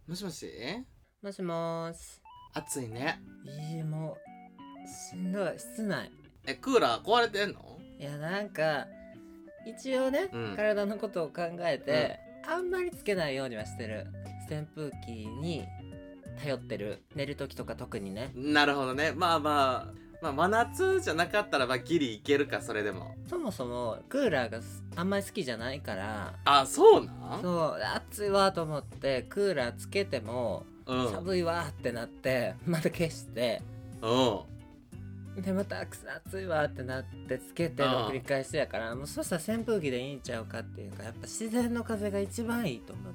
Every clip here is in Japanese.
もしもし。 もしもーし。 暑いね。 もうしんどい。室内。 クーラー壊れてんの？ いやなんか一応ね、体のことを考えて、あんまりつけないようにはしてる。扇風機に頼ってる。寝る時とか特にね。 なるほどね。まあ真夏じゃなかったらギリいけるか。それでもそもそもクーラーがあんまり好きじゃないから。 あ、そうなん？ そう暑いわと思ってクーラーつけても、寒いわってなってまた消してでまた暑いわってなってつけての繰り返しやから、もうそしたら扇風機でいいんちゃうかっていうか、やっぱ自然の風が一番いいと思って。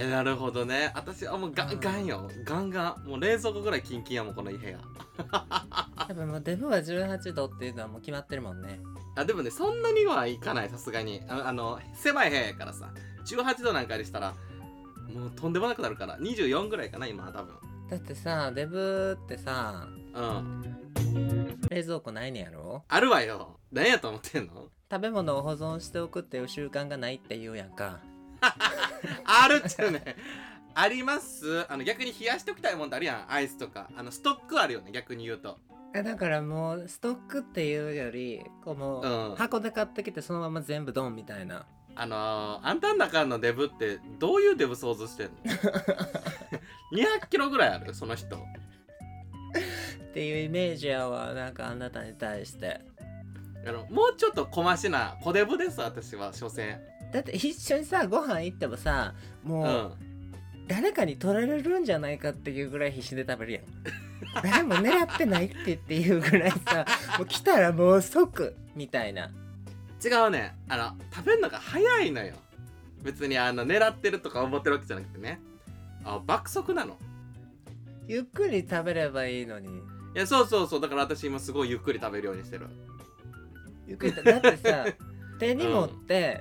なるほどね。私はもうガンよ。ガンもう冷蔵庫ぐらいキンキンやもん、この部屋。 やっぱもうデブは18度っていうのはもう決まってるもんね。 でもね、そんなにはいかない、さすがに。狭い部屋やからさ、18度なんかでしたらもうとんでもなくなるから。24ぐらいかな今多分。 だってさ、デブってさ、冷蔵庫ないねやろ？ あるわよ。何やと思ってんの？ 食べ物を保存しておくっていう習慣がないって言うやんか。 あるっちゅうね。あります。逆に冷やしておきたいもんってあるやん。アイスとかストックあるよね、逆に言うと。 だからもうストックっていうよりこうもう、箱で買ってきてそのまま全部ドンみたいな。 あんたん中のデブってどういうデブ想像してんの？200キロぐらいあるその人っていうイメージやわ。なんかあなたに対してもうちょっと小増しな小デブです。私は所詮。 だって一緒にさご飯行ってもさ、もう、誰かに取られるんじゃないかっていうぐらい必死で食べるやん。誰も狙ってないっていうぐらいさ、もう来たらもう即みたいな。 違うね。食べるのが早いのよ。別に狙ってるとか思ってるわけじゃなくてね。爆速なの。 ゆっくり食べればいいのに。いや、そうだから私今すごいゆっくり食べるようにしてる。 ゆっくりだってさ手に持って、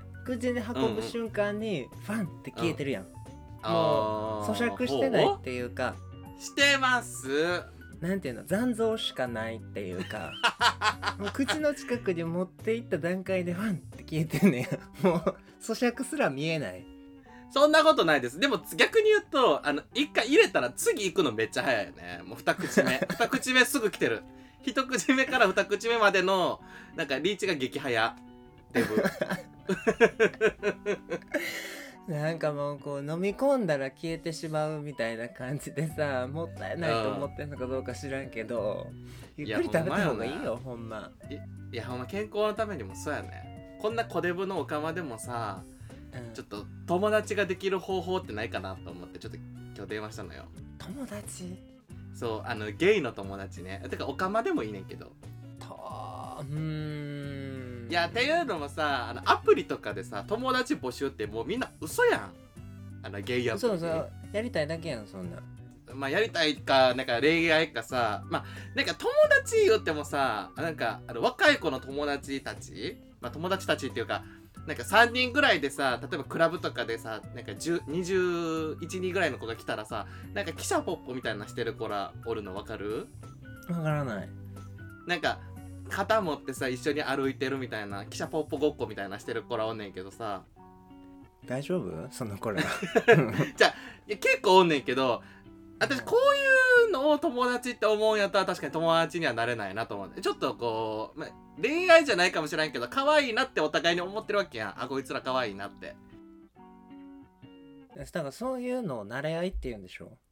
口に運ぶ瞬間にファンって消えてるやん。もう咀嚼してないっていうか。 してます。 なんていうの、残像しかないっていうかもう口の近くに持っていった段階でファンって消えてんねや。もう咀嚼すら見えない。 そんなことないです。でも逆に言うと一回入れたら次行くのめっちゃ早いよね。もう二口目二口目すぐ来てる。一口目から二口目までのなんかリーチが激早デブ。 なんかもうこう飲み込んだら消えてしまうみたいな感じでさ、もったいないと思ってんのかどうか知らんけど、ゆっくり食べた方がいいよ。ほんま。 いやほんま健康のためにもそうやね。こんな小デブのおかまでもさ、ちょっと友達ができる方法ってないかなと思ってちょっと今日電話したのよ。 友達？ そうゲイの友達ね。てかおかまでもいいねんけど。いやっていうのもさ、アプリとかでさ友達募集ってもうみんな嘘やん。ゲイアプリ。 そうやりたいだけやんそんな。 まあやりたいかなんか恋愛かさ、まあなんか友達言ってもさ、なんか若い子の友達たち、まあ友達たちっていうかなんか3人ぐらいでさ、例えばクラブとかでさ、なんか21人ぐらいの子が来たらさ、なんか汽車ポッポみたいなしてる子らおるの分かる？ 分からない。なんか肩持ってさ一緒に歩いてるみたいな、汽車ポッポごっこみたいなしてる子らおんねんけどさ。 大丈夫？その子ら。 じゃあ結構おんねんけど、私こういうのを友達って思うんやったら確かに友達にはなれないなと思うんで、ちょっとこう、恋愛じゃないかもしれんけど可愛いなってお互いに思ってるわけやん。こいつら可愛いなって。 だからそういうのを慣れ合いって言うんでしょ。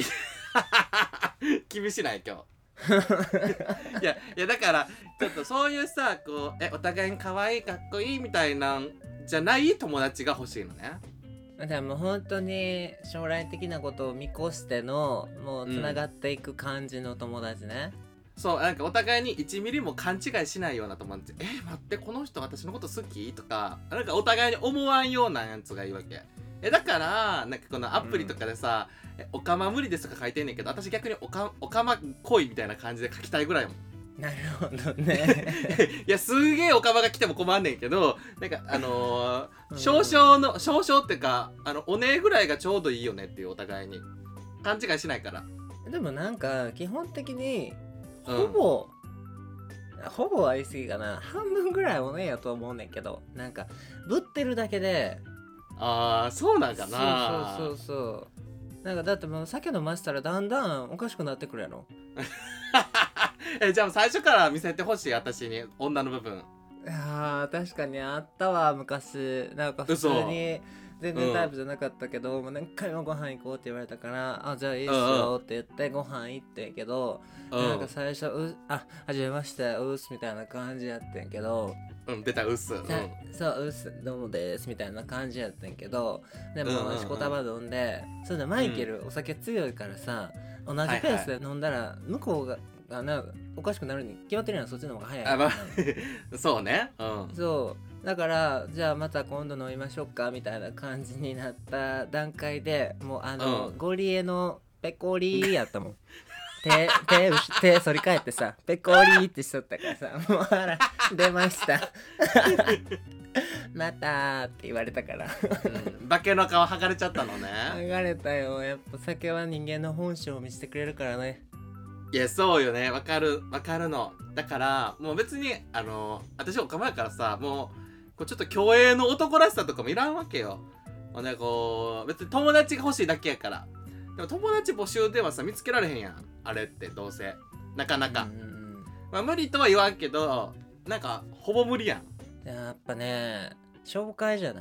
厳しない今日。いやだからちょっとそういうさ、こうお互いに可愛いかっこいいみたいなんじゃない友達が欲しいのね。 じゃあもう本当に将来的なことを見越してのもうつながっていく感じの友達ね。 そう、なんかお互いに1ミリも勘違いしないような友達。待ってこの人私のこと好きとか、なんかお互いに思わんようなやつがいいわけ。だからなんかこのアプリとかでさ、おかま無理ですとか書いてんねんけど、私逆におかま恋みたいな感じで書きたいぐらいもん。 なるほどね。 いやすげえおかまが来ても困んねんけど、なんか少々ってかおねえぐらいがちょうどいいよねっていう、お互いに勘違いしないから。 でもなんか基本的にほぼは言い過ぎかな、半分ぐらいおねえやと思うねんけど、なんかぶってるだけで。 そうなんかな。 そうなんかだってもう酒飲ませたらだんだんおかしくなってくるやろ。 じゃあ最初から見せてほしい、私に女の部分。 いや確かにあったわ昔。なんか普通に全然タイプじゃなかったけど、もう何回もご飯行こうって言われたから、あじゃあいいっすよって言ってご飯行ってんけど、なんか最初はじめましてうっすみたいな感じやってんけど、 出たうっす、 そううっすどうもですみたいな感じやってんけど、でもしこたば飲んで、それでマイケル、お酒強いからさ、同じペースで飲んだら向こうがなんかおかしくなるに決まってるやん。そっちの方が早い、 そうね、 そうだからじゃあまた今度飲みましょうかみたいな感じになった段階でもうゴリエのペコリやったもん。手反り返ってさペコリってしとったからさ、もうあら出ましたまたって言われたから化けの皮剥がれちゃったのね。 剥がれたよ。やっぱ酒は人間の本性を見せてくれるからね。 いやそうよね、わかるの。だからもう別に私おかまやからさ、もうちょっと競泳の男らしさとかもいらんわけよ。もうね別に友達が欲しいだけやから。でも友達募集ではさ見つけられへんやん、あれってどうせなかなか、まあ無理とは言わんけど、なんかほぼ無理やん。 やっぱね紹介じゃない。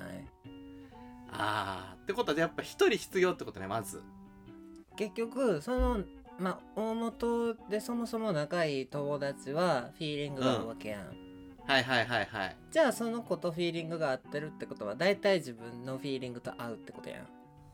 ってことでやっぱ一人必要ってことね。まず結局大元でそもそも仲いい友達はフィーリングがあるわけやん、 はい。 じゃあその子とフィーリングが合ってるってことは大体自分のフィーリングと合うってことやん。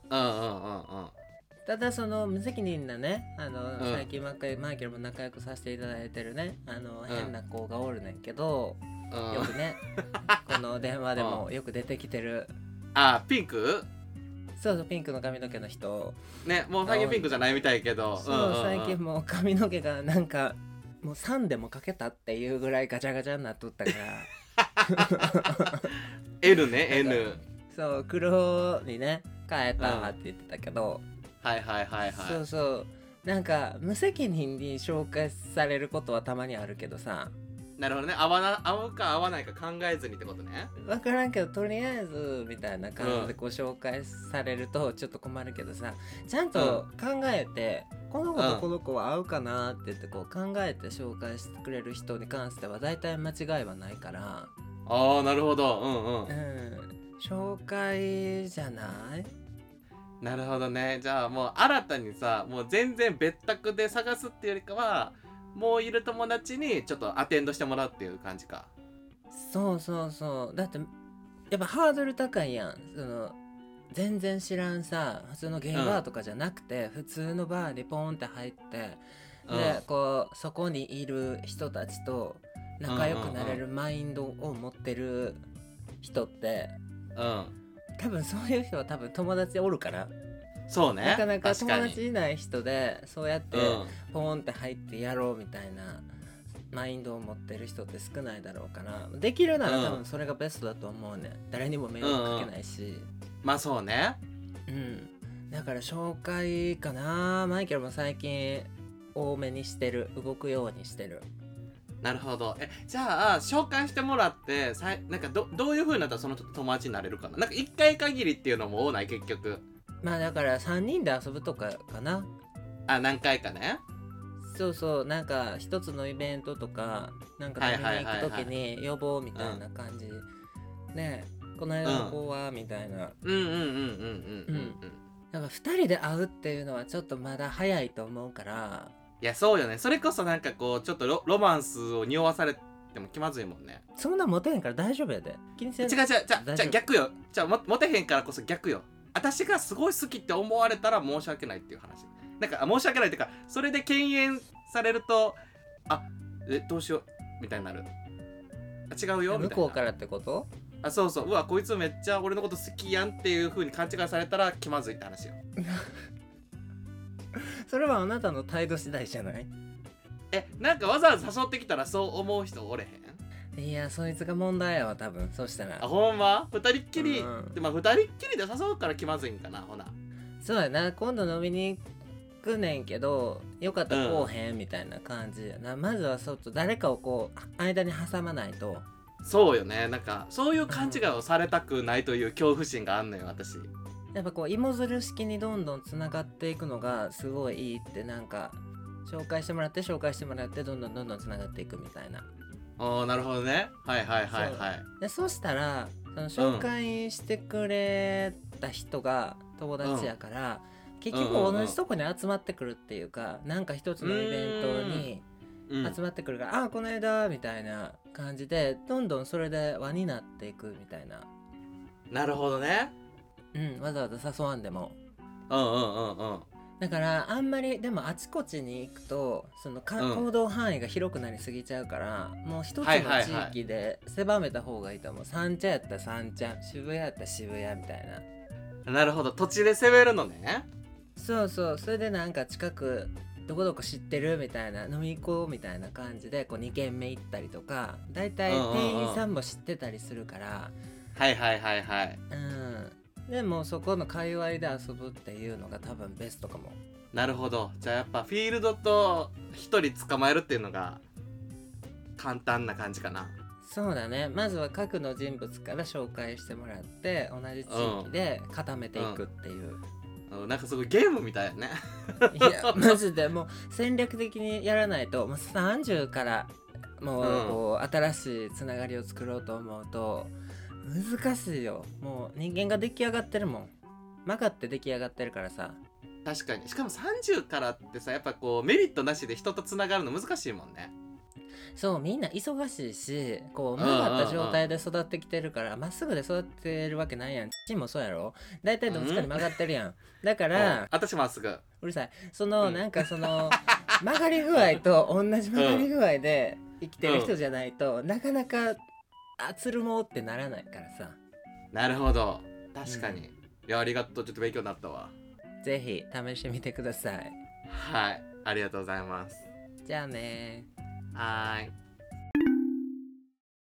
ただその無責任なね最近マイケルも仲良くさせていただいてるね変な子がおるねんけど、よくねこの電話でもよく出てきてるピンク、 そうピンクの髪の毛の人ね、もう最近ピンクじゃないみたいけど、 最近もう髪の毛がなんかもう3でもかけたっていうぐらいガチャガチャになっとったから N ね N そう黒にね変えたって言ってたけど、 はいそうなんか無責任に紹介されることはたまにあるけどさ。 なるほどね、合うか合わないか考えずにってことね。 分からんけどとりあえずみたいな感じで紹介されるとちょっと困るけどさ、ちゃんと考えて、この子とこの子は合うかなって言って考えて紹介してくれる人に関しては大体間違いはないから。 なるほど、 紹介じゃない？ なるほどね。じゃあもう新たにさ、もう全然別宅で探すっていうよりかは、もういる友達にちょっとアテンドしてもらうっていう感じか。 そうだってやっぱハードル高いやん。全然知らんさ普通のゲイバーとかじゃなくて、普通のバーにポンって入って、でそこにいる人たちと仲良くなれるマインドを持ってる人って、多分そういう人は多分友達おるから。 そうね、 なかなか友達いない人でそうやってポンって入ってやろうみたいなマインドを持ってる人って少ないだろうから、できるなら多分それがベストだと思うね。誰にも迷惑かけないし、 まあそうね。 だから紹介かな。マイケルも最近多めにしてる、動くようにしてる。 なるほど。じゃあ紹介してもらってなんかどういう風になったらその人と友達になれるかな。なんか1回限りっていうのも多ない結局。 まあだから3人で遊ぶとかかな。 何回かね。 そうなんか一つのイベントとかなんか飲みに行く時に呼ぼうみたいな感じ、ねこの間の子はみたいな。だから2人で会うっていうのはちょっとまだ早いと思うから。 いやそうよね。それこそなんかちょっとロマンスを匂わされても気まずいもんね。 そんなモテへんから大丈夫やで。気にせん。 違うじゃあ逆よ。じゃあモテへんからこそ逆よ。私がすごい好きって思われたら申し訳ないっていう話。なんか申し訳ないっていうか、それで敬遠されるとどうしようみたいになる。違うよみたいな。 向こうからってこと？ そううわこいつめっちゃ俺のこと好きやんっていう風に勘違いされたら気まずいって話よ。 それはあなたの態度次第じゃない？ なんかわざわざ誘ってきたらそう思う人おれへん？ いやそいつが問題やわ多分。そしたらほんま二人っきり、で二人っきりで誘うから気まずいんかな。ほなそうやな。今度飲みに行くねんけどよかったらこうへんみたいな感じやな。まずは誰かを間に挟まないと。 そうよね。なんかそういう勘違いをされたくないという恐怖心があんのよ私。 やっぱこう芋づる式にどんどんつながっていくのがすごいいいって、なんか紹介してもらってどんどんつながっていくみたいな。 ああ、なるほどね。はいはいはいはい。 でそしたらその紹介してくれた人が友達やから、結局同じとこに集まってくるっていうか、なんか一つのイベントに集まってくるから、あこの間みたいな感じでどんどんそれで輪になっていくみたいな。 なるほどね。 わざわざ誘わんでも。 うんだからあんまりでもあちこちに行くとその行動範囲が広くなりすぎちゃうから、もう一つの地域で狭めた方がいいと思う。三茶やったら三茶、渋谷やったら渋谷みたいな。なるほど、土地で攻めるのね。 そうそう、それでなんか近くどこどこ知ってるみたいな、飲み行こうみたいな感じでこう2軒目行ったりとか、だいたい店員さんも知ってたりするから、 はいはいはいはい。 でもそこの界隈で遊ぶっていうのが多分ベストかも。 なるほど。じゃあやっぱフィールドと一人捕まえるっていうのが簡単な感じかな。 そうだね、まずは各の人物から紹介してもらって同じ地域で固めていくっていう、 なんかすごいゲームみたいやね。 いやマジでもう戦略的にやらないと、もう30からもうこう新しいつながりを作ろうと思うと難しいよ。もう人間が出来上がってるもん、曲がって出来上がってるからさ。 確かに。しかも30からってさ、やっぱこうメリットなしで人とつながるの難しいもんね。 そう、みんな忙しいし、こう曲がった状態で育ってきてるからまっすぐで育ってるわけないやん。チンもそうやろ、だいたいどっちかに曲がってるやん。だから私まっすぐ。 うるさい、その、なんかその曲がり具合と同じ曲がり具合で生きてる人じゃないと、なかなかつるもうってならないからさ。 なるほど、確かに。いや、ありがとう。ちょっと勉強になったわ。 ぜひ試してみてください。 はい、ありがとうございます。 じゃあね。 はーい。